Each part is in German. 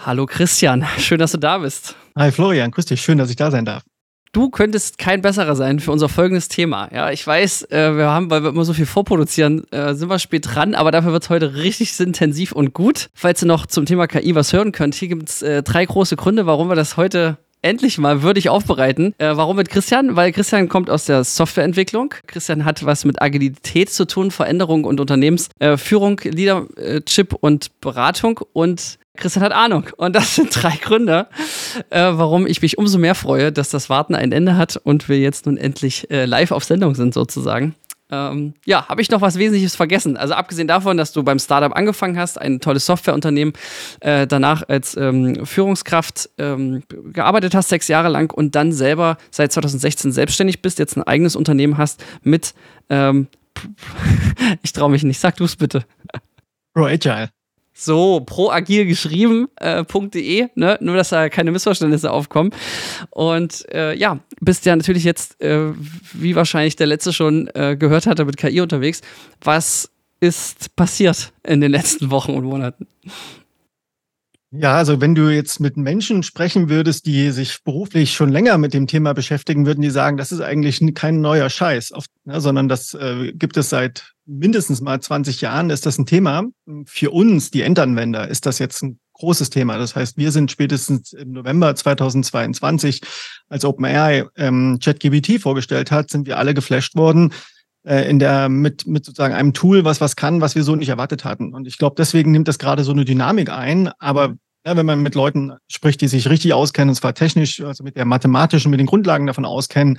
Hallo Christian, schön, dass du da bist. Hi Florian, grüß dich, schön, dass ich da sein darf. Du könntest kein besserer sein für unser folgendes Thema. Ja, ich weiß, weil wir immer so viel vorproduzieren, sind wir spät dran, aber dafür wird es heute richtig intensiv und gut. Falls ihr noch zum Thema KI was hören könnt, hier gibt es 3 große Gründe, warum wir das heute endlich mal würdig aufbereiten. Warum mit Christian? Weil Christian kommt aus der Softwareentwicklung. Christian hat was mit Agilität zu tun, Veränderung und Unternehmensführung, Leadership und Beratung, und Christian hat Ahnung. Und das sind 3 Gründe, warum ich mich umso mehr freue, dass das Warten ein Ende hat und wir jetzt nun endlich live auf Sendung sind sozusagen. Habe ich noch was Wesentliches vergessen? Also abgesehen davon, dass du beim Startup angefangen hast, ein tolles Softwareunternehmen, danach als Führungskraft gearbeitet hast, 6 Jahre lang, und dann selber seit 2016 selbstständig bist, jetzt ein eigenes Unternehmen hast mit, ich traue mich nicht, sag du es bitte. ProAgile. So, proagil geschrieben, .de, ne? Nur, dass da keine Missverständnisse aufkommen. Und bist ja natürlich jetzt, wie wahrscheinlich der Letzte schon gehört hatte, mit KI unterwegs. Was ist passiert in den letzten Wochen und Monaten? Ja, also wenn du jetzt mit Menschen sprechen würdest, die sich beruflich schon länger mit dem Thema beschäftigen, würden die sagen, das ist eigentlich kein neuer Scheiß, sondern das gibt es seit mindestens mal 20 Jahren, ist das ein Thema. Für uns, die Endanwender, ist das jetzt ein großes Thema. Das heißt, wir sind spätestens im November 2022, als OpenAI ChatGPT vorgestellt hat, sind wir alle geflasht worden, mit sozusagen einem Tool, was kann, was wir so nicht erwartet hatten. Und ich glaube, deswegen nimmt das gerade so eine Dynamik ein. Aber wenn man mit Leuten spricht, die sich richtig auskennen, und zwar technisch, also mit der mathematischen, mit den Grundlagen davon auskennen,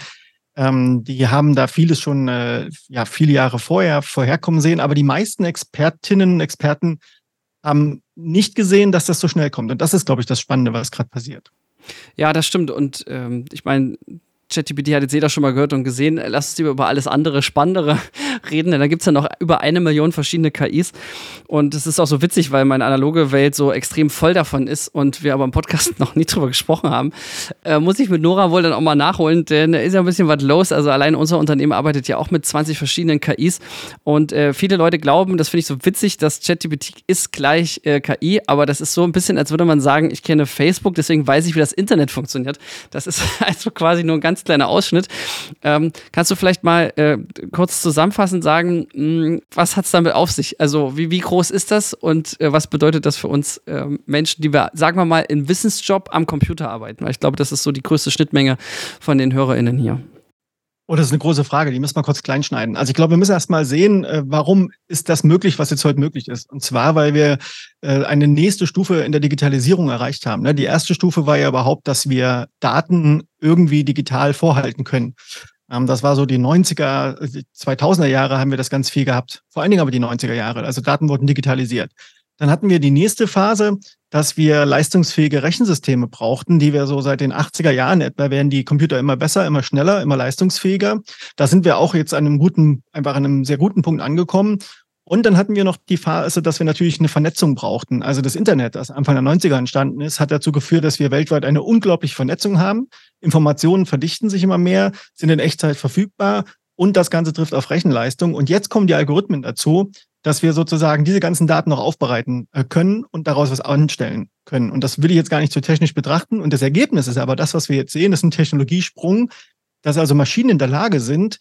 die haben da vieles schon viele Jahre vorherkommen sehen. Aber die meisten Expertinnen und Experten haben nicht gesehen, dass das so schnell kommt. Und das ist, glaube ich, das Spannende, was gerade passiert. Ja, das stimmt. Und ich meine, ChatGPT hat jetzt jeder schon mal gehört und gesehen. Lass uns lieber über alles andere, Spannendere reden, denn da gibt es ja noch über 1 Million verschiedene KIs. Und es ist auch so witzig, weil meine analoge Welt so extrem voll davon ist und wir aber im Podcast noch nie drüber gesprochen haben. Muss ich mit Nora wohl dann auch mal nachholen, denn da ist ja ein bisschen was los. Also allein unser Unternehmen arbeitet ja auch mit 20 verschiedenen KIs. Und viele Leute glauben, das finde ich so witzig, dass ChatGPT ist gleich KI, aber das ist so ein bisschen, als würde man sagen, ich kenne Facebook, deswegen weiß ich, wie das Internet funktioniert. Das ist also quasi nur ein ganz kleiner Ausschnitt. Kannst du vielleicht mal kurz zusammenfassend sagen, was hat es damit auf sich? Also wie groß ist das und was bedeutet das für uns Menschen, die wir, sagen wir mal, im Wissensjob am Computer arbeiten? Weil ich glaube, das ist so die größte Schnittmenge von den HörerInnen hier. Oh, das ist eine große Frage, die müssen wir kurz kleinschneiden. Also ich glaube, wir müssen erst mal sehen, warum ist das möglich, was jetzt heute möglich ist. Und zwar, weil wir eine nächste Stufe in der Digitalisierung erreicht haben. Die erste Stufe war ja überhaupt, dass wir Daten irgendwie digital vorhalten können. Das war so die 90er, 2000er Jahre haben wir das ganz viel gehabt. Vor allen Dingen aber die 90er Jahre. Also Daten wurden digitalisiert. Dann hatten wir die nächste Phase, dass wir leistungsfähige Rechensysteme brauchten, die wir so seit den 80er Jahren etwa, werden die Computer immer besser, immer schneller, immer leistungsfähiger. Da sind wir auch jetzt an einem sehr guten Punkt angekommen. Und dann hatten wir noch die Phase, dass wir natürlich eine Vernetzung brauchten. Also das Internet, das Anfang der 90er entstanden ist, hat dazu geführt, dass wir weltweit eine unglaubliche Vernetzung haben. Informationen verdichten sich immer mehr, sind in Echtzeit verfügbar und das Ganze trifft auf Rechenleistung. Und jetzt kommen die Algorithmen dazu, dass wir sozusagen diese ganzen Daten noch aufbereiten können und daraus was anstellen können. Und das will ich jetzt gar nicht zu technisch betrachten. Und das Ergebnis ist aber das, was wir jetzt sehen, ist ein Technologiesprung, dass also Maschinen in der Lage sind,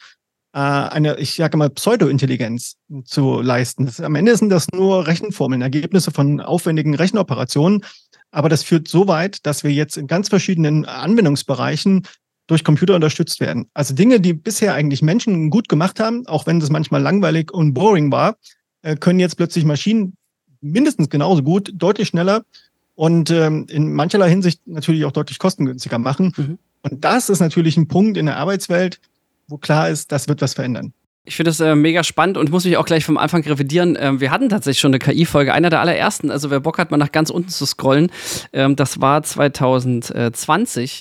ich sage mal, Pseudo-Intelligenz zu leisten. Am Ende sind das nur Rechenformeln, Ergebnisse von aufwendigen Rechenoperationen. Aber das führt so weit, dass wir jetzt in ganz verschiedenen Anwendungsbereichen durch Computer unterstützt werden. Also Dinge, die bisher eigentlich Menschen gut gemacht haben, auch wenn das manchmal langweilig und boring war, können jetzt plötzlich Maschinen mindestens genauso gut, deutlich schneller und in mancherlei Hinsicht natürlich auch deutlich kostengünstiger machen. Mhm. Und das ist natürlich ein Punkt in der Arbeitswelt, wo klar ist, das wird was verändern. Ich finde das mega spannend und muss mich auch gleich vom Anfang revidieren. Wir hatten tatsächlich schon eine KI-Folge, einer der allerersten. Also wer Bock hat, mal nach ganz unten zu scrollen. Das war 2020.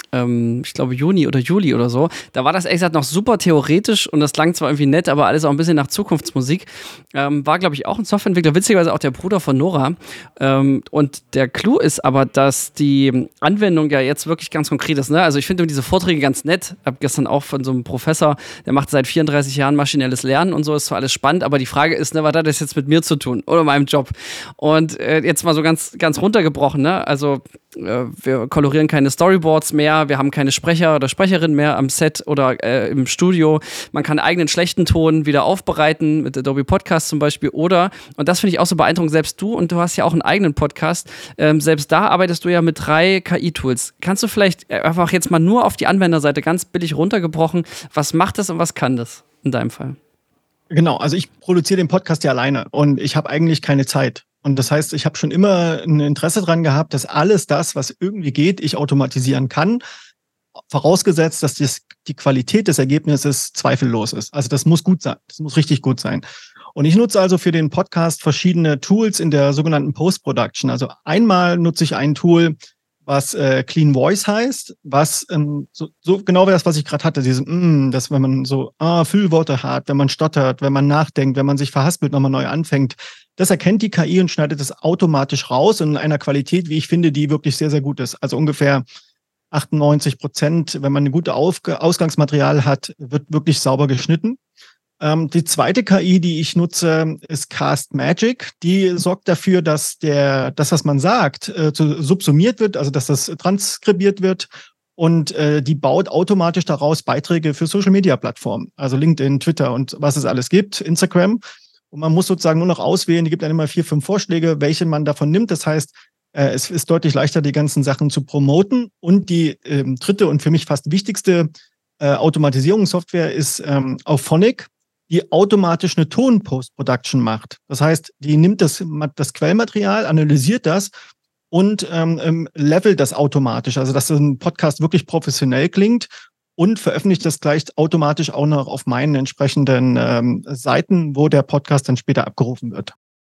ich glaube Juni oder Juli oder so. Da war das ehrlich gesagt noch super theoretisch und das klang zwar irgendwie nett, aber alles auch ein bisschen nach Zukunftsmusik. War, glaube ich, auch ein Softwareentwickler, witzigerweise auch der Bruder von Nora. Und der Clou ist aber, dass die Anwendung ja jetzt wirklich ganz konkret ist. Ne? Also ich finde diese Vorträge ganz nett. Ich habe gestern auch von so einem Professor, der macht seit 34 Jahren maschinelles Lernen und so, ist zwar alles spannend, aber die Frage ist, ne, was hat das jetzt mit mir zu tun oder meinem Job? Und jetzt mal so ganz, ganz runtergebrochen, ne? Also wir kolorieren keine Storyboards mehr, wir haben keine Sprecher oder Sprecherinnen mehr am Set oder im Studio. Man kann eigenen schlechten Ton wieder aufbereiten, mit Adobe Podcast zum Beispiel. Oder, und das finde ich auch so beeindruckend, selbst du, und du hast ja auch einen eigenen Podcast, selbst da arbeitest du ja mit 3 KI-Tools. Kannst du vielleicht einfach jetzt mal nur auf die Anwenderseite ganz billig runtergebrochen, was macht das und was kann das in deinem Fall? Genau, also ich produziere den Podcast ja alleine und ich habe eigentlich keine Zeit. Und das heißt, ich habe schon immer ein Interesse dran gehabt, dass alles das, was irgendwie geht, ich automatisieren kann, vorausgesetzt, dass die Qualität des Ergebnisses zweifellos ist. Also das muss gut sein, das muss richtig gut sein. Und ich nutze also für den Podcast verschiedene Tools in der sogenannten Post-Production. Also einmal nutze ich ein Tool, was Clean Voice heißt, was so genau das, was ich gerade hatte, dass wenn man so Füllworte hat, wenn man stottert, wenn man nachdenkt, wenn man sich verhaspelt, nochmal neu anfängt, das erkennt die KI und schneidet es automatisch raus in einer Qualität, wie ich finde, die wirklich sehr, sehr gut ist. Also ungefähr 98%, wenn man ein gutes Ausgangsmaterial hat, wird wirklich sauber geschnitten. Die zweite KI, die ich nutze, ist Cast Magic. Die sorgt dafür, dass das, was man sagt, subsumiert wird, also dass das transkribiert wird. Und die baut automatisch daraus Beiträge für Social-Media-Plattformen, also LinkedIn, Twitter und was es alles gibt, Instagram. Und man muss sozusagen nur noch auswählen, die gibt dann immer 4, 5 Vorschläge, welche man davon nimmt. Das heißt, es ist deutlich leichter, die ganzen Sachen zu promoten. Und die dritte und für mich fast wichtigste Automatisierungssoftware ist Auphonic, die automatisch eine Ton-Post-Production macht. Das heißt, die nimmt das Quellmaterial, analysiert das und levelt das automatisch. Also, dass so ein Podcast wirklich professionell klingt und veröffentlicht das gleich automatisch auch noch auf meinen entsprechenden Seiten, wo der Podcast dann später abgerufen wird.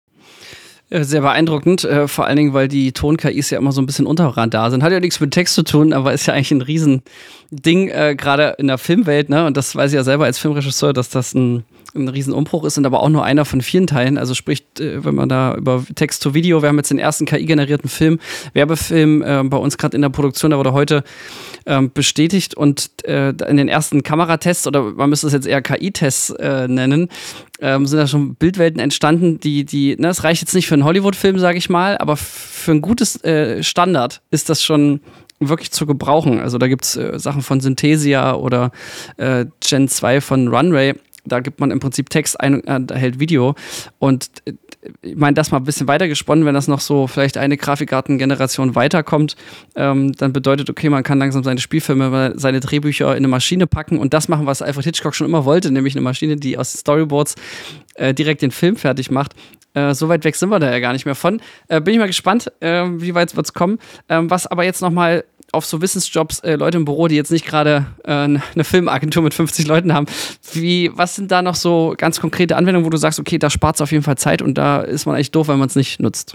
Sehr beeindruckend, vor allen Dingen, weil die Ton-KIs ja immer so ein bisschen unter Radar sind. Hat ja nichts mit Text zu tun, aber ist ja eigentlich ein Riesending, gerade in der Filmwelt, ne? Und das weiß ich ja selber als Filmregisseur, dass das ein Riesenumbruch ist und aber auch nur einer von vielen Teilen. Also sprich, wenn man da über Text zu Video, wir haben jetzt den ersten KI-generierten Werbefilm bei uns gerade in der Produktion, der wurde heute bestätigt und in den ersten Kameratests, oder man müsste es jetzt eher KI-Tests nennen, sind da schon Bildwelten entstanden, es reicht jetzt nicht für einen Hollywood-Film, sage ich mal, aber für ein gutes Standard ist das schon wirklich zu gebrauchen. Also da gibt es Sachen von Synthesia oder Gen 2 von Runway. Da gibt man im Prinzip Text ein und erhält Video. Und ich meine, das mal ein bisschen weitergesponnen, wenn das noch so vielleicht eine Grafikkartengeneration weiterkommt, dann bedeutet, okay, man kann langsam seine Spielfilme, seine Drehbücher in eine Maschine packen und das machen, was Alfred Hitchcock schon immer wollte, nämlich eine Maschine, die aus Storyboards direkt den Film fertig macht. So weit weg sind wir da ja gar nicht mehr von. Bin ich mal gespannt, wie weit wird es kommen. Was aber jetzt nochmal auf so Wissensjobs, Leute im Büro, die jetzt nicht gerade eine Filmagentur mit 50 Leuten haben, was sind da noch so ganz konkrete Anwendungen, wo du sagst, okay, da spart es auf jeden Fall Zeit und da ist man eigentlich doof, wenn man es nicht nutzt?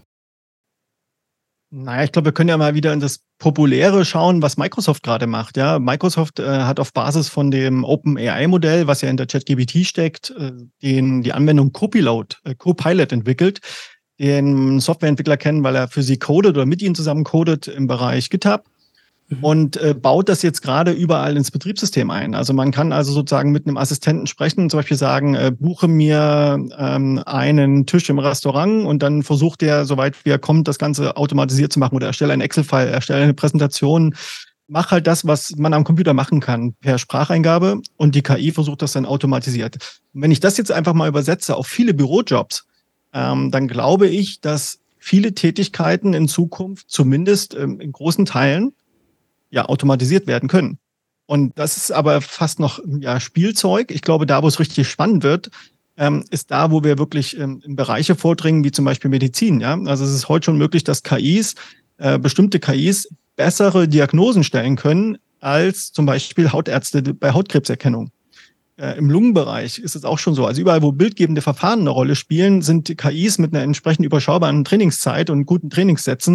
Naja, ich glaube, wir können ja mal wieder in das Populäre schauen, was Microsoft gerade macht. Ja, Microsoft hat auf Basis von dem OpenAI-Modell, was ja in der ChatGPT steckt, die Anwendung Copilot entwickelt, den Softwareentwickler kennen, weil er für sie codet oder mit ihnen zusammen codet im Bereich GitHub. Und baut das jetzt gerade überall ins Betriebssystem ein. Also man kann also sozusagen mit einem Assistenten sprechen, zum Beispiel sagen, buche mir einen Tisch im Restaurant und dann versucht er, soweit wie er kommt, das Ganze automatisiert zu machen oder erstelle einen Excel-File, erstelle eine Präsentation, mach halt das, was man am Computer machen kann, per Spracheingabe und die KI versucht das dann automatisiert. Und wenn ich das jetzt einfach mal übersetze auf viele Bürojobs, dann glaube ich, dass viele Tätigkeiten in Zukunft zumindest in großen Teilen automatisiert werden können. Und das ist aber fast noch Spielzeug. Ich glaube, da, wo es richtig spannend wird, ist da, wo wir wirklich in Bereiche vordringen, wie zum Beispiel Medizin. Ja? Also es ist heute schon möglich, dass bestimmte KIs bessere Diagnosen stellen können als zum Beispiel Hautärzte bei Hautkrebserkennung. Im Lungenbereich ist es auch schon so. Also überall, wo bildgebende Verfahren eine Rolle spielen, sind KIs mit einer entsprechend überschaubaren Trainingszeit und guten Trainingssätzen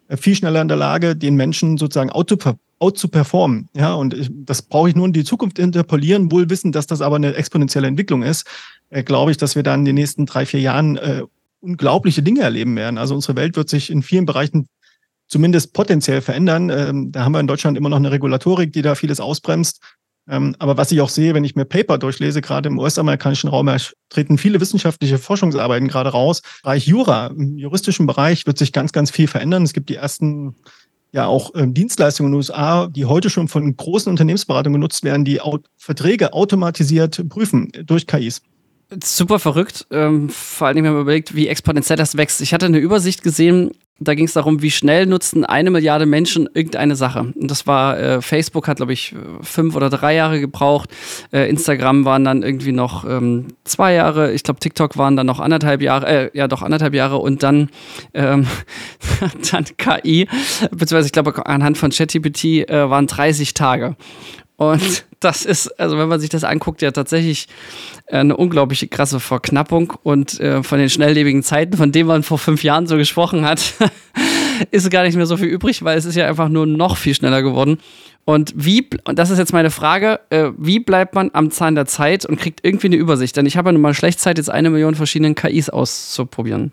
viel schneller in der Lage, den Menschen sozusagen out zu performen. Ja, und das brauche ich nur in die Zukunft interpolieren, wohl wissen, dass das aber eine exponentielle Entwicklung ist. Glaube ich, dass wir dann in den nächsten 3-4 Jahren unglaubliche Dinge erleben werden. Also unsere Welt wird sich in vielen Bereichen zumindest potenziell verändern. Da haben wir in Deutschland immer noch eine Regulatorik, die da vieles ausbremst. Aber was ich auch sehe, wenn ich mir Paper durchlese, gerade im US-amerikanischen Raum, treten viele wissenschaftliche Forschungsarbeiten gerade raus. Im Bereich Jura, im juristischen Bereich wird sich ganz, ganz viel verändern. Es gibt die ersten auch Dienstleistungen in den USA, die heute schon von großen Unternehmensberatungen genutzt werden, die Verträge automatisiert prüfen durch KIs. Super verrückt, vor allem, wenn man überlegt, wie exponentiell das wächst. Ich hatte eine Übersicht gesehen, da ging es darum, wie schnell nutzten 1 Milliarde Menschen irgendeine Sache. Und das war, Facebook hat, glaube ich, 5 oder 3 Jahre gebraucht. Instagram waren dann irgendwie noch 2 Jahre. Ich glaube, TikTok waren dann noch 1,5 Jahre. 1,5 Jahre. Und dann, dann KI, beziehungsweise ich glaube, anhand von ChatGPT waren 30 Tage. Und das ist, also wenn man sich das anguckt, ja tatsächlich eine unglaubliche krasse Verknappung. Und von den schnelllebigen Zeiten, von denen man vor 5 Jahren so gesprochen hat, ist gar nicht mehr so viel übrig, weil es ist ja einfach nur noch viel schneller geworden. Und das ist jetzt meine Frage, wie bleibt man am Zahn der Zeit und kriegt irgendwie eine Übersicht? Denn ich habe ja nun mal schlecht Zeit, jetzt 1 Million verschiedenen KIs auszuprobieren.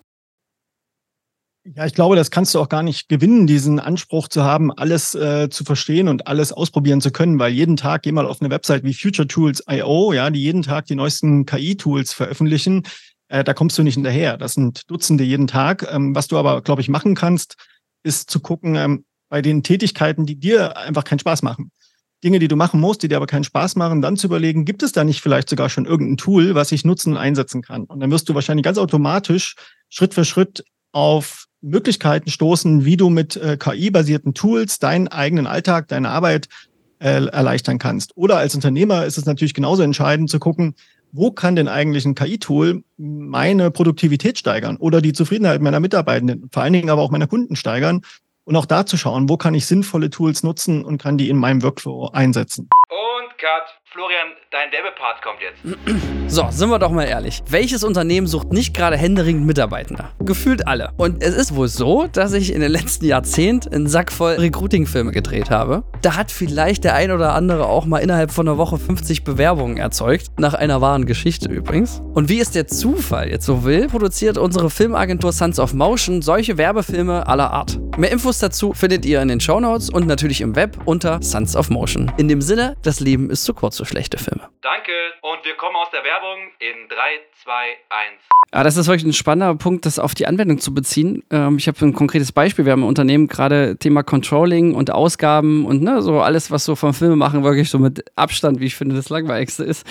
Ja, ich glaube, das kannst du auch gar nicht gewinnen, diesen Anspruch zu haben, alles zu verstehen und alles ausprobieren zu können, weil jeden Tag, geh mal auf eine Website wie futuretools.io, ja, die jeden Tag die neuesten KI-Tools veröffentlichen, da kommst du nicht hinterher. Das sind Dutzende jeden Tag. Was du aber, glaube ich, machen kannst, ist zu gucken, bei den Tätigkeiten, die dir einfach keinen Spaß machen. Dinge, die du machen musst, die dir aber keinen Spaß machen, dann zu überlegen, gibt es da nicht vielleicht sogar schon irgendein Tool, was ich nutzen und einsetzen kann? Und dann wirst du wahrscheinlich ganz automatisch Schritt für Schritt auf Möglichkeiten stoßen, wie du mit KI-basierten Tools deinen eigenen Alltag, deine Arbeit erleichtern kannst. Oder als Unternehmer ist es natürlich genauso entscheidend zu gucken, wo kann denn eigentlich ein KI-Tool meine Produktivität steigern oder die Zufriedenheit meiner Mitarbeitenden, vor allen Dingen aber auch meiner Kunden steigern. Und auch da zu schauen, wo kann ich sinnvolle Tools nutzen und kann die in meinem Workflow einsetzen. Und Cut. Florian, dein Werbepart kommt jetzt. So, sind wir doch mal ehrlich. Welches Unternehmen sucht nicht gerade händeringend Mitarbeitende? Gefühlt alle. Und es ist wohl so, dass ich in den letzten Jahrzehnten einen Sack voll Recruiting-Filme gedreht habe. Da hat vielleicht der ein oder andere auch mal innerhalb von einer Woche 50 Bewerbungen erzeugt. Nach einer wahren Geschichte übrigens. Und wie es der Zufall jetzt so will, produziert unsere Filmagentur Sons of Motion solche Werbefilme aller Art. Mehr Infos dazu findet ihr in den Shownotes und natürlich im Web unter Sons of Motion. In dem Sinne, das Leben ist zu kurz für schlechte Filme. Danke. Und wir kommen aus der Werbung in 3, 2, 1. Ja, das ist wirklich ein spannender Punkt, das auf die Anwendung zu beziehen. Ich habe ein konkretes Beispiel. Wir haben im Unternehmen gerade Thema Controlling und Ausgaben und so alles, was so vom Filmemachen wirklich so mit Abstand, wie ich finde, das Langweiligste ist.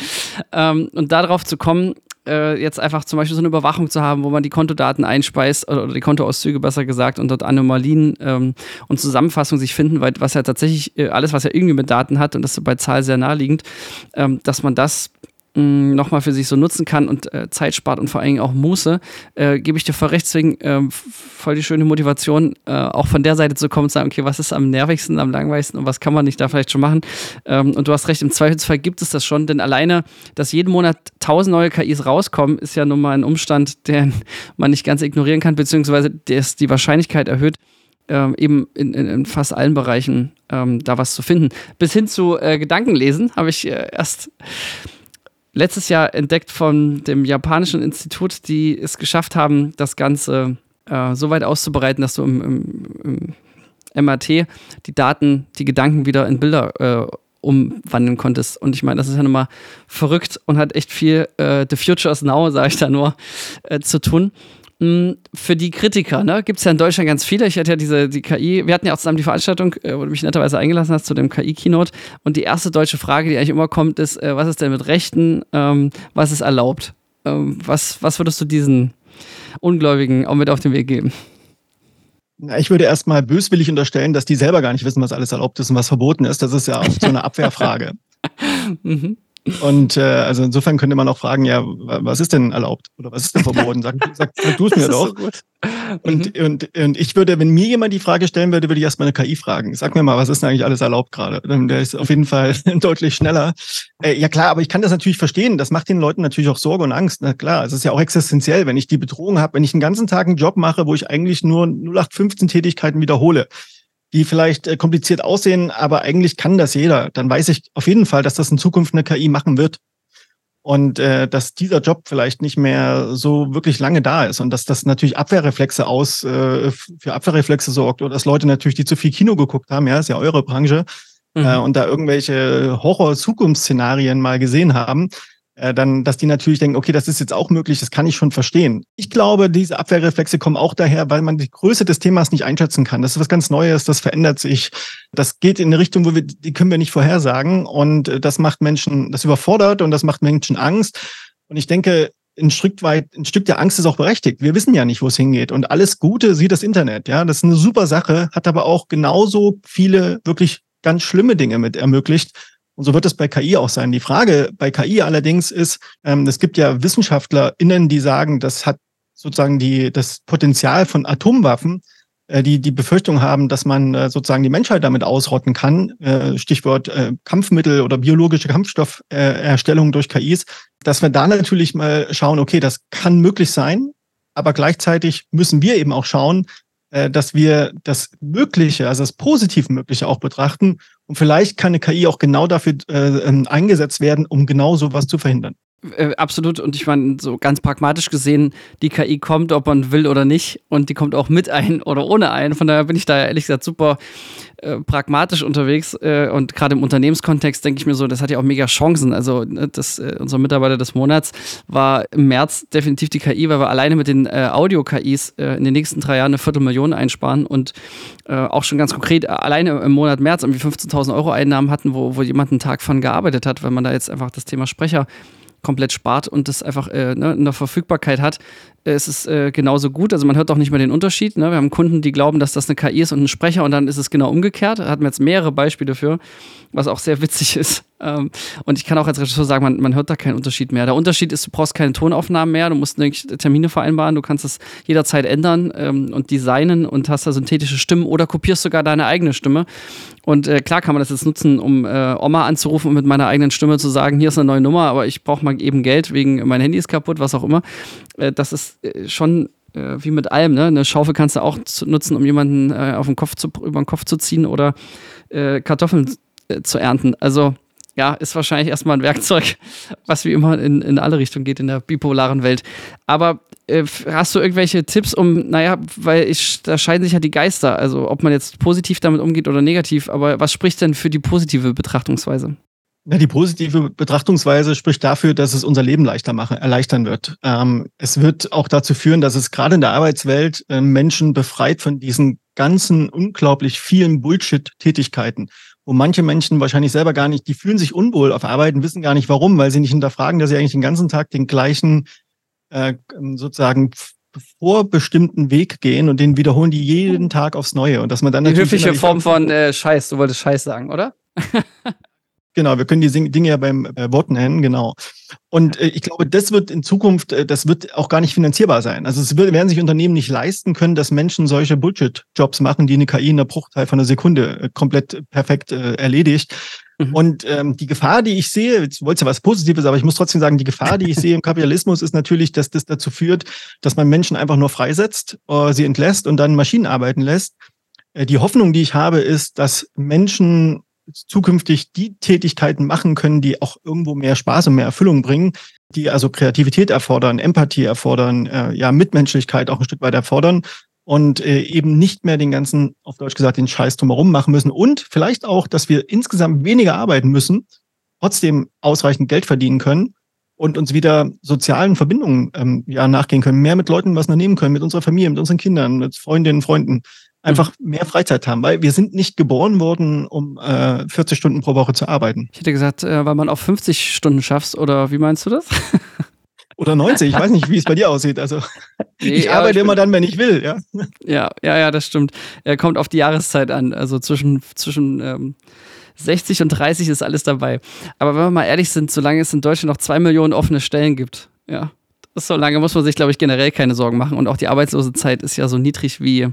Und darauf zu kommen, jetzt einfach zum Beispiel so eine Überwachung zu haben, wo man die Kontodaten einspeist oder die Kontoauszüge besser gesagt und dort Anomalien und Zusammenfassungen sich finden, weil was ja tatsächlich alles, was ja irgendwie mit Daten hat und das ist bei Zahl sehr naheliegend, dass man das nochmal für sich so nutzen kann und Zeit spart und vor allen Dingen auch Muße, gebe ich dir voll recht, deswegen voll die schöne Motivation, auch von der Seite zu kommen und zu sagen, okay, was ist am nervigsten, am langweiligsten und was kann man nicht da vielleicht schon machen? Und du hast recht, im Zweifelsfall gibt es das schon, denn alleine, dass jeden Monat 1000 neue KIs rauskommen, ist ja nun mal ein Umstand, den man nicht ganz ignorieren kann, beziehungsweise der ist die Wahrscheinlichkeit erhöht, eben in fast allen Bereichen da was zu finden. Bis hin zu Gedankenlesen habe ich erst letztes Jahr entdeckt von dem japanischen Institut, die es geschafft haben, das Ganze so weit auszubereiten, dass du im MRT die Daten, die Gedanken wieder in Bilder umwandeln konntest. Und ich meine, das ist ja nochmal verrückt und hat echt viel The Future is Now, sage ich da nur, zu tun. Für die Kritiker, ne, gibt es ja in Deutschland ganz viele. Ich hatte ja die KI, wir hatten ja auch zusammen die Veranstaltung, wo du mich netterweise eingelassen hast zu dem KI-Keynote. Und die erste deutsche Frage, die eigentlich immer kommt, ist, was ist denn mit Rechten, was ist erlaubt? Was würdest du diesen Ungläubigen auch mit auf den Weg geben? Ich würde erstmal böswillig unterstellen, dass die selber gar nicht wissen, was alles erlaubt ist und was verboten ist. Das ist ja auch so eine Abwehrfrage. Und also insofern könnte man auch fragen, ja, was ist denn erlaubt oder was ist denn verboten? Sag du es mir doch. So gut. Und ich würde, wenn mir jemand die Frage stellen würde, würde ich erstmal eine KI fragen. Sag mir mal, was ist denn eigentlich alles erlaubt gerade? Der ist auf jeden Fall deutlich schneller. Ja klar, aber ich kann das natürlich verstehen. Das macht den Leuten natürlich auch Sorge und Angst. Na klar, es ist ja auch existenziell, wenn ich die Bedrohung habe, wenn ich den ganzen Tag einen Job mache, wo ich eigentlich nur 0815 Tätigkeiten wiederhole, die vielleicht kompliziert aussehen, aber eigentlich kann das jeder. Dann weiß ich auf jeden Fall, dass das in Zukunft eine KI machen wird. Und dass dieser Job vielleicht nicht mehr so wirklich lange da ist und dass das natürlich für Abwehrreflexe sorgt oder dass Leute natürlich, die zu viel Kino geguckt haben, ja, ist ja eure Branche, und da irgendwelche Horror-Zukunftsszenarien mal gesehen haben, dann, dass die natürlich denken, okay, das ist jetzt auch möglich, das kann ich schon verstehen. Ich glaube, diese Abwehrreflexe kommen auch daher, weil man die Größe des Themas nicht einschätzen kann. Das ist was ganz Neues, das verändert sich. Das geht in eine Richtung, die können wir nicht vorhersagen. Und das macht Menschen, das überfordert und das macht Menschen Angst. Und ich denke, ein Stück der Angst ist auch berechtigt. Wir wissen ja nicht, wo es hingeht. Und alles Gute sieht das Internet. Ja, das ist eine super Sache, hat aber auch genauso viele wirklich ganz schlimme Dinge mit ermöglicht. Und so wird es bei KI auch sein. Die Frage bei KI allerdings ist, es gibt ja WissenschaftlerInnen, die sagen, das hat sozusagen das Potenzial von Atomwaffen, die Befürchtung haben, dass man sozusagen die Menschheit damit ausrotten kann. Stichwort Kampfmittel oder biologische Kampfstofferstellung durch KIs. Dass wir da natürlich mal schauen, okay, das kann möglich sein, aber gleichzeitig müssen wir eben auch schauen, dass wir das Mögliche, also das positiv Mögliche auch betrachten. Und vielleicht kann eine KI auch genau dafür eingesetzt werden, um genau sowas zu verhindern. Absolut. Und ich meine, so ganz pragmatisch gesehen, die KI kommt, ob man will oder nicht. Und die kommt auch mit ein oder ohne ein. Von daher bin ich da ehrlich gesagt super pragmatisch unterwegs. Und gerade im Unternehmenskontext denke ich mir so, das hat ja auch mega Chancen. Also unser Mitarbeiter des Monats war im März definitiv die KI, weil wir alleine mit den Audio-KIs in den nächsten 3 Jahren 250.000 einsparen und auch schon ganz konkret alleine im Monat März irgendwie 15.000 Euro Einnahmen hatten, wo jemand einen Tag von gearbeitet hat, weil man da jetzt einfach das Thema Sprecher komplett spart und das einfach in der Verfügbarkeit hat, es ist genauso gut. Also man hört auch nicht mehr den Unterschied. Ne? Wir haben Kunden, die glauben, dass das eine KI ist und ein Sprecher und dann ist es genau umgekehrt. Da hatten wir jetzt mehrere Beispiele für, was auch sehr witzig ist. Und ich kann auch als Regisseur sagen, man hört da keinen Unterschied mehr. Der Unterschied ist, du brauchst keine Tonaufnahmen mehr, du musst Termine vereinbaren, du kannst es jederzeit ändern und designen und hast da synthetische Stimmen oder kopierst sogar deine eigene Stimme. Und klar kann man das jetzt nutzen, um Oma anzurufen und mit meiner eigenen Stimme zu sagen, hier ist eine neue Nummer, aber ich brauche mal eben Geld, wegen mein Handy ist kaputt, was auch immer. Das ist schon wie mit allem, ne? Eine Schaufel kannst du auch nutzen, um jemanden über den Kopf zu ziehen oder Kartoffeln zu ernten. Also ja, ist wahrscheinlich erstmal ein Werkzeug, was wie immer in alle Richtungen geht in der bipolaren Welt. Aber hast du irgendwelche Tipps, weil da scheiden sich ja die Geister, also ob man jetzt positiv damit umgeht oder negativ, aber was spricht denn für die positive Betrachtungsweise? Ja, die positive Betrachtungsweise spricht dafür, dass es unser Leben erleichtern wird. Es wird auch dazu führen, dass es gerade in der Arbeitswelt Menschen befreit von diesen ganzen unglaublich vielen Bullshit-Tätigkeiten, wo manche Menschen wahrscheinlich selber gar nicht, die fühlen sich unwohl auf Arbeit und wissen gar nicht warum, weil sie nicht hinterfragen, dass sie eigentlich den ganzen Tag den gleichen sozusagen vorbestimmten Weg gehen und den wiederholen die jeden Tag aufs Neue. Und dass man dann die höfliche Form von Scheiß, du wolltest Scheiß sagen, oder? Genau, wir können die Dinge ja beim Worten nennen, genau. Und ich glaube, das wird in Zukunft, das wird auch gar nicht finanzierbar sein. Also werden sich Unternehmen nicht leisten können, dass Menschen solche Bullshit-Jobs machen, die eine KI in einer Bruchteil von einer Sekunde komplett perfekt erledigt. Mhm. Und die Gefahr, die ich sehe, jetzt wollte ja was Positives, aber ich muss trotzdem sagen, die Gefahr, die ich sehe im Kapitalismus, ist natürlich, dass das dazu führt, dass man Menschen einfach nur freisetzt, sie entlässt und dann Maschinen arbeiten lässt. Die Hoffnung, die ich habe, ist, dass Menschen zukünftig die Tätigkeiten machen können, die auch irgendwo mehr Spaß und mehr Erfüllung bringen, die also Kreativität erfordern, Empathie erfordern, Mitmenschlichkeit auch ein Stück weit erfordern und eben nicht mehr den ganzen, auf Deutsch gesagt, den Scheiß drumherum machen müssen und vielleicht auch, dass wir insgesamt weniger arbeiten müssen, trotzdem ausreichend Geld verdienen können und uns wieder sozialen Verbindungen nachgehen können, mehr mit Leuten was unternehmen können, mit unserer Familie, mit unseren Kindern, mit Freundinnen und Freunden. Einfach mehr Freizeit haben, weil wir sind nicht geboren worden, um 40 Stunden pro Woche zu arbeiten. Ich hätte gesagt, weil man auf 50 Stunden schaffst, oder wie meinst du das? Oder 90, ich weiß nicht, wie es bei dir aussieht. Also ich arbeite immer dann, wenn ich will, ja. Ja, das stimmt. Kommt auf die Jahreszeit an. Also zwischen 60 und 30 ist alles dabei. Aber wenn wir mal ehrlich sind, solange es in Deutschland noch 2 Millionen offene Stellen gibt, ja, solange muss man sich, glaube ich, generell keine Sorgen machen. Und auch die Arbeitslosenzeit ist ja so niedrig wie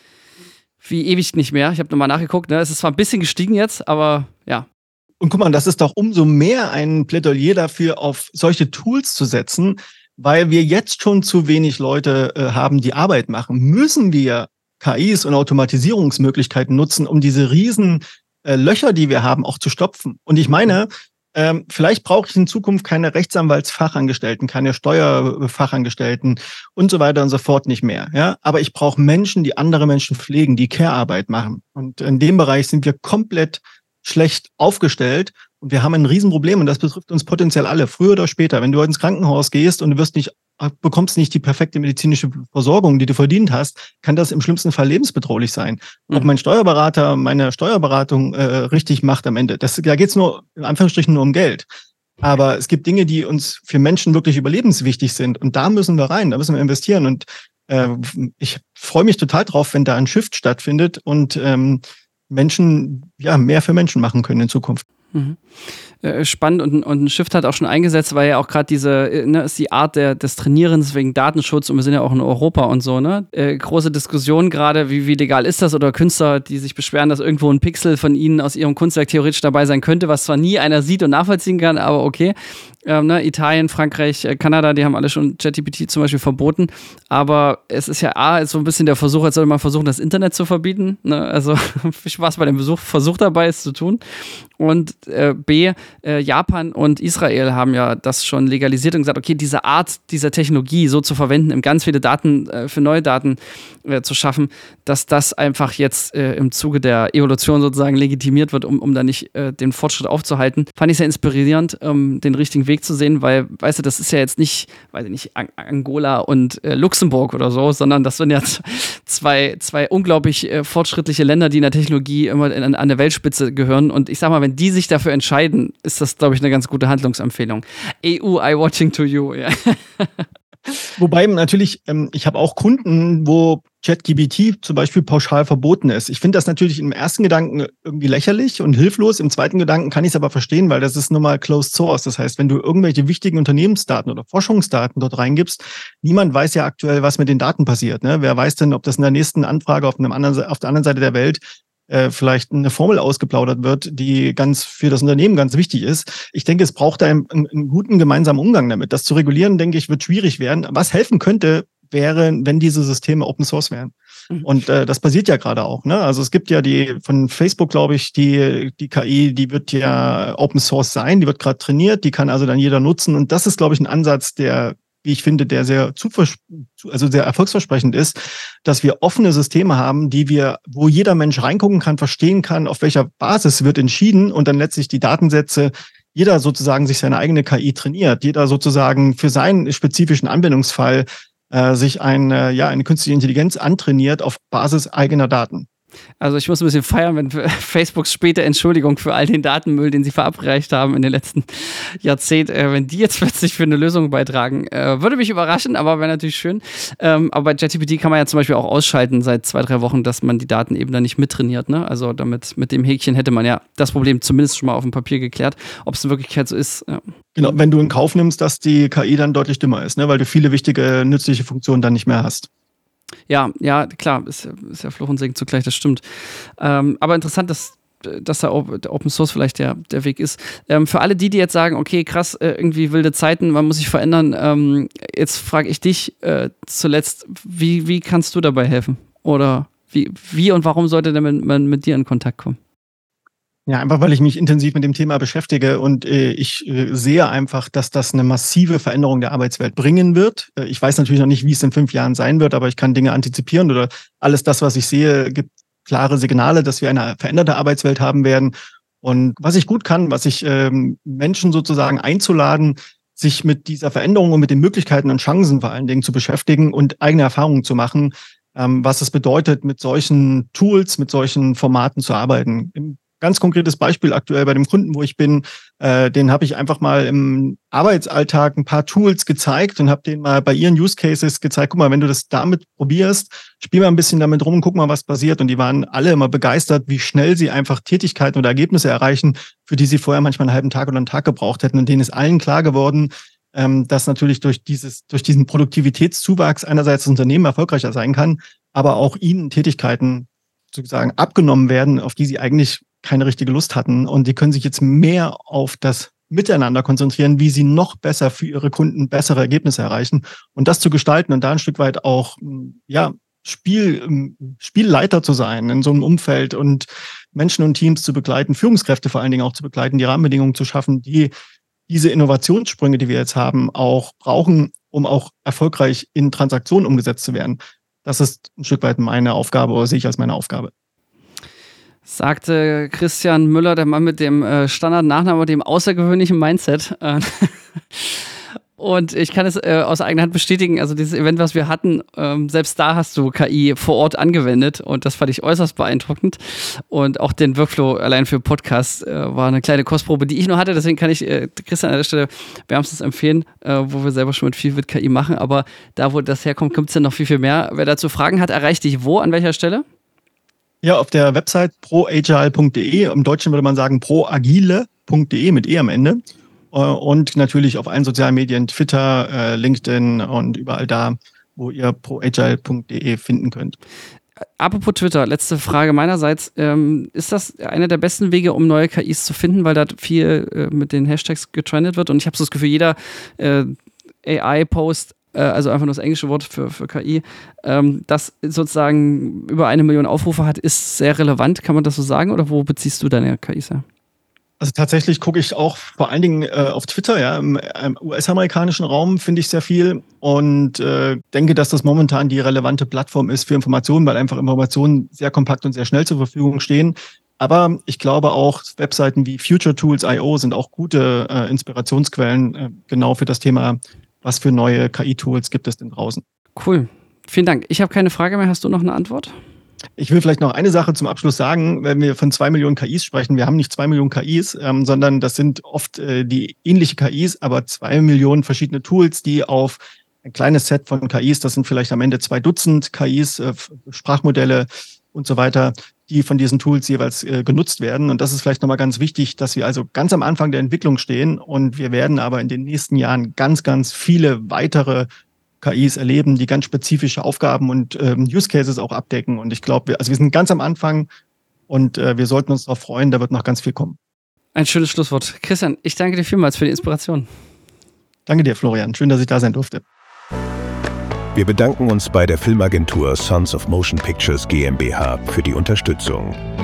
ewig nicht mehr. Ich habe nochmal nachgeguckt, ne? Es ist zwar ein bisschen gestiegen jetzt, aber ja. Und guck mal, das ist doch umso mehr ein Plädoyer dafür, auf solche Tools zu setzen, weil wir jetzt schon zu wenig Leute haben, die Arbeit machen. Müssen wir KIs und Automatisierungsmöglichkeiten nutzen, um diese riesen Löcher, die wir haben, auch zu stopfen. Und ich meine, vielleicht brauche ich in Zukunft keine Rechtsanwaltsfachangestellten, keine Steuerfachangestellten und so weiter und so fort nicht mehr. Ja? Aber ich brauche Menschen, die andere Menschen pflegen, die Care-Arbeit machen. Und in dem Bereich sind wir komplett schlecht aufgestellt. Und wir haben ein Riesenproblem und das betrifft uns potenziell alle, früher oder später. Wenn du heute ins Krankenhaus gehst und du bekommst nicht die perfekte medizinische Versorgung, die du verdient hast, kann das im schlimmsten Fall lebensbedrohlich sein. Ob mein Steuerberater meine Steuerberatung richtig macht am Ende, da geht es nur, in Anführungsstrichen, nur um Geld. Aber es gibt Dinge, die uns für Menschen wirklich überlebenswichtig sind. Und da müssen wir rein, da müssen wir investieren. Und ich freue mich total drauf, wenn da ein Shift stattfindet und Menschen mehr für Menschen machen können in Zukunft. Spannend und ein Shift hat auch schon eingesetzt, weil ja auch gerade ist die Art des Trainierens wegen Datenschutz und wir sind ja auch in Europa und so, ne? Große Diskussion gerade, wie legal ist das oder Künstler, die sich beschweren, dass irgendwo ein Pixel von ihnen aus ihrem Kunstwerk theoretisch dabei sein könnte, was zwar nie einer sieht und nachvollziehen kann, aber okay. Italien, Frankreich, Kanada, die haben alle schon ChatGPT zum Beispiel verboten, aber es ist ja so ein bisschen der Versuch, als sollte man versuchen, das Internet zu verbieten, ne? Also viel Spaß bei dem Versuch dabei, es zu tun. Und B, Japan und Israel haben ja das schon legalisiert und gesagt, okay, diese Art dieser Technologie so zu verwenden, um ganz viele Daten für neue Daten zu schaffen, dass das einfach jetzt im Zuge der Evolution sozusagen legitimiert wird, um da nicht den Fortschritt aufzuhalten. Fand ich sehr inspirierend, den richtigen Weg zu sehen, weil, weißt du, das ist ja jetzt nicht, weiß ich nicht, Angola und Luxemburg oder so, sondern das sind ja zwei unglaublich fortschrittliche Länder, die in der Technologie immer an der Weltspitze gehören. Und ich sag mal, wenn die sich dafür entscheiden, ist das, glaube ich, eine ganz gute Handlungsempfehlung. EU, I watching to you. Ja. Wobei natürlich, ich habe auch Kunden, wo ChatGPT zum Beispiel pauschal verboten ist. Ich finde das natürlich im ersten Gedanken irgendwie lächerlich und hilflos. Im zweiten Gedanken kann ich es aber verstehen, weil das ist nun mal Closed Source. Das heißt, wenn du irgendwelche wichtigen Unternehmensdaten oder Forschungsdaten dort reingibst, niemand weiß ja aktuell, was mit den Daten passiert. Ne? Wer weiß denn, ob das in der nächsten Anfrage auf der anderen Seite der Welt vielleicht eine Formel ausgeplaudert wird, die für das Unternehmen ganz wichtig ist. Ich denke, es braucht einen guten gemeinsamen Umgang damit. Das zu regulieren, denke ich, wird schwierig werden. Was helfen könnte, wäre, wenn diese Systeme Open Source wären. Und das passiert ja gerade auch. Ne? Also es gibt ja von Facebook, glaube ich, die KI, die wird ja Open Source sein, die wird gerade trainiert, die kann also dann jeder nutzen. Und das ist, glaube ich, ein Ansatz, der, wie ich finde, der sehr erfolgsversprechend ist, dass wir offene Systeme haben, wo jeder Mensch reingucken kann, verstehen kann, auf welcher Basis wird entschieden und dann letztlich die Datensätze, jeder sozusagen sich seine eigene KI trainiert, jeder sozusagen für seinen spezifischen Anwendungsfall sich eine künstliche Intelligenz antrainiert auf Basis eigener Daten. Also ich muss ein bisschen feiern, wenn Facebooks späte Entschuldigung für all den Datenmüll, den sie verabreicht haben in den letzten Jahrzehnten, wenn die jetzt plötzlich für eine Lösung beitragen. Würde mich überraschen, aber wäre natürlich schön. Aber bei ChatGPT kann man ja zum Beispiel auch ausschalten seit 2-3 Wochen, dass man die Daten eben dann nicht mittrainiert. Ne? Also mit dem Häkchen hätte man ja das Problem zumindest schon mal auf dem Papier geklärt. Ob es in Wirklichkeit so ist. Ja. Genau, wenn du in Kauf nimmst, dass die KI dann deutlich dümmer ist, ne? Weil du viele wichtige, nützliche Funktionen dann nicht mehr hast. Ja, klar, ist ja Fluch und Segen zugleich, das stimmt. Aber interessant, dass da Open Source vielleicht der Weg ist. Für alle die jetzt sagen, okay, krass, irgendwie wilde Zeiten, man muss sich verändern, jetzt frage ich dich zuletzt, wie kannst du dabei helfen? Oder wie und warum sollte man mit dir in Kontakt kommen? Ja, einfach weil ich mich intensiv mit dem Thema beschäftige und ich sehe einfach, dass das eine massive Veränderung der Arbeitswelt bringen wird. Ich weiß natürlich noch nicht, wie es in 5 Jahren sein wird, aber ich kann Dinge antizipieren oder alles das, was ich sehe, gibt klare Signale, dass wir eine veränderte Arbeitswelt haben werden. Und was ich gut kann, was ich Menschen sozusagen einzuladen, sich mit dieser Veränderung und mit den Möglichkeiten und Chancen vor allen Dingen zu beschäftigen und eigene Erfahrungen zu machen, was es bedeutet, mit solchen Tools, mit solchen Formaten zu arbeiten. Im ganz konkretes Beispiel aktuell bei dem Kunden, wo ich bin. Den habe ich einfach mal im Arbeitsalltag ein paar Tools gezeigt und habe denen mal bei ihren Use Cases gezeigt, guck mal, wenn du das damit probierst, spiel mal ein bisschen damit rum, guck mal, was passiert. Und die waren alle immer begeistert, wie schnell sie einfach Tätigkeiten oder Ergebnisse erreichen, für die sie vorher manchmal einen halben Tag oder einen Tag gebraucht hätten. Und denen ist allen klar geworden, dass natürlich durch diesen Produktivitätszuwachs einerseits das Unternehmen erfolgreicher sein kann, aber auch ihnen Tätigkeiten sozusagen abgenommen werden, auf die sie eigentlich keine richtige Lust hatten. Und die können sich jetzt mehr auf das Miteinander konzentrieren, wie sie noch besser für ihre Kunden bessere Ergebnisse erreichen. Und das zu gestalten und da ein Stück weit auch Spielleiter zu sein in so einem Umfeld und Menschen und Teams zu begleiten, Führungskräfte vor allen Dingen auch zu begleiten, die Rahmenbedingungen zu schaffen, die diese Innovationssprünge, die wir jetzt haben, auch brauchen, um auch erfolgreich in Transaktionen umgesetzt zu werden. Das ist ein Stück weit meine Aufgabe oder sehe ich als meine Aufgabe. Sagte Christian Müller, der Mann mit dem Standard-Nachnamen und dem außergewöhnlichen Mindset. Und ich kann es aus eigener Hand bestätigen, also dieses Event, was wir hatten, selbst da hast du KI vor Ort angewendet und das fand ich äußerst beeindruckend. Und auch den Workflow allein für Podcasts war eine kleine Kostprobe, die ich nur hatte, deswegen kann ich Christian an der Stelle wärmstens empfehlen, wo wir selber schon mit viel mit KI machen, aber da, wo das herkommt, kommt es dann noch viel, viel mehr. Wer dazu Fragen hat, erreicht dich wo, an welcher Stelle? Ja, auf der Website proagile.de, im Deutschen würde man sagen proagile.de mit E am Ende. Und natürlich auf allen sozialen Medien, Twitter, LinkedIn und überall da, wo ihr proagile.de finden könnt. Apropos Twitter, letzte Frage meinerseits. Ist das einer der besten Wege, um neue KIs zu finden, weil da viel mit den Hashtags getrendet wird? Und ich habe so das Gefühl, jeder AI-Post, also einfach nur das englische Wort für KI, das sozusagen über 1 Million Aufrufe hat, ist sehr relevant. Kann man das so sagen? Oder wo beziehst du deine KIs her? Also tatsächlich gucke ich auch vor allen Dingen auf Twitter, ja, im US-amerikanischen Raum finde ich sehr viel und denke, dass das momentan die relevante Plattform ist für Informationen, weil einfach Informationen sehr kompakt und sehr schnell zur Verfügung stehen. Aber ich glaube auch, Webseiten wie FutureTools.io sind auch gute Inspirationsquellen genau für das Thema, was für neue KI-Tools gibt es denn draußen. Cool. Vielen Dank. Ich habe keine Frage mehr. Hast du noch eine Antwort? Ich will vielleicht noch eine Sache zum Abschluss sagen, wenn wir von 2 Millionen KIs sprechen. Wir haben nicht 2 Millionen KIs, sondern das sind oft die ähnliche KIs, aber 2 Millionen verschiedene Tools, die auf ein kleines Set von KIs, das sind vielleicht am Ende 2 Dutzend KIs, Sprachmodelle und so weiter, die von diesen Tools jeweils genutzt werden. Und das ist vielleicht nochmal ganz wichtig, dass wir also ganz am Anfang der Entwicklung stehen und wir werden aber in den nächsten Jahren ganz, ganz viele weitere KIs erleben, die ganz spezifische Aufgaben und Use Cases auch abdecken. Und ich glaube, wir sind ganz am Anfang und wir sollten uns darauf freuen, da wird noch ganz viel kommen. Ein schönes Schlusswort. Christian, ich danke dir vielmals für die Inspiration. Danke dir, Florian. Schön, dass ich da sein durfte. Wir bedanken uns bei der Filmagentur Sons of Motion Pictures GmbH für die Unterstützung.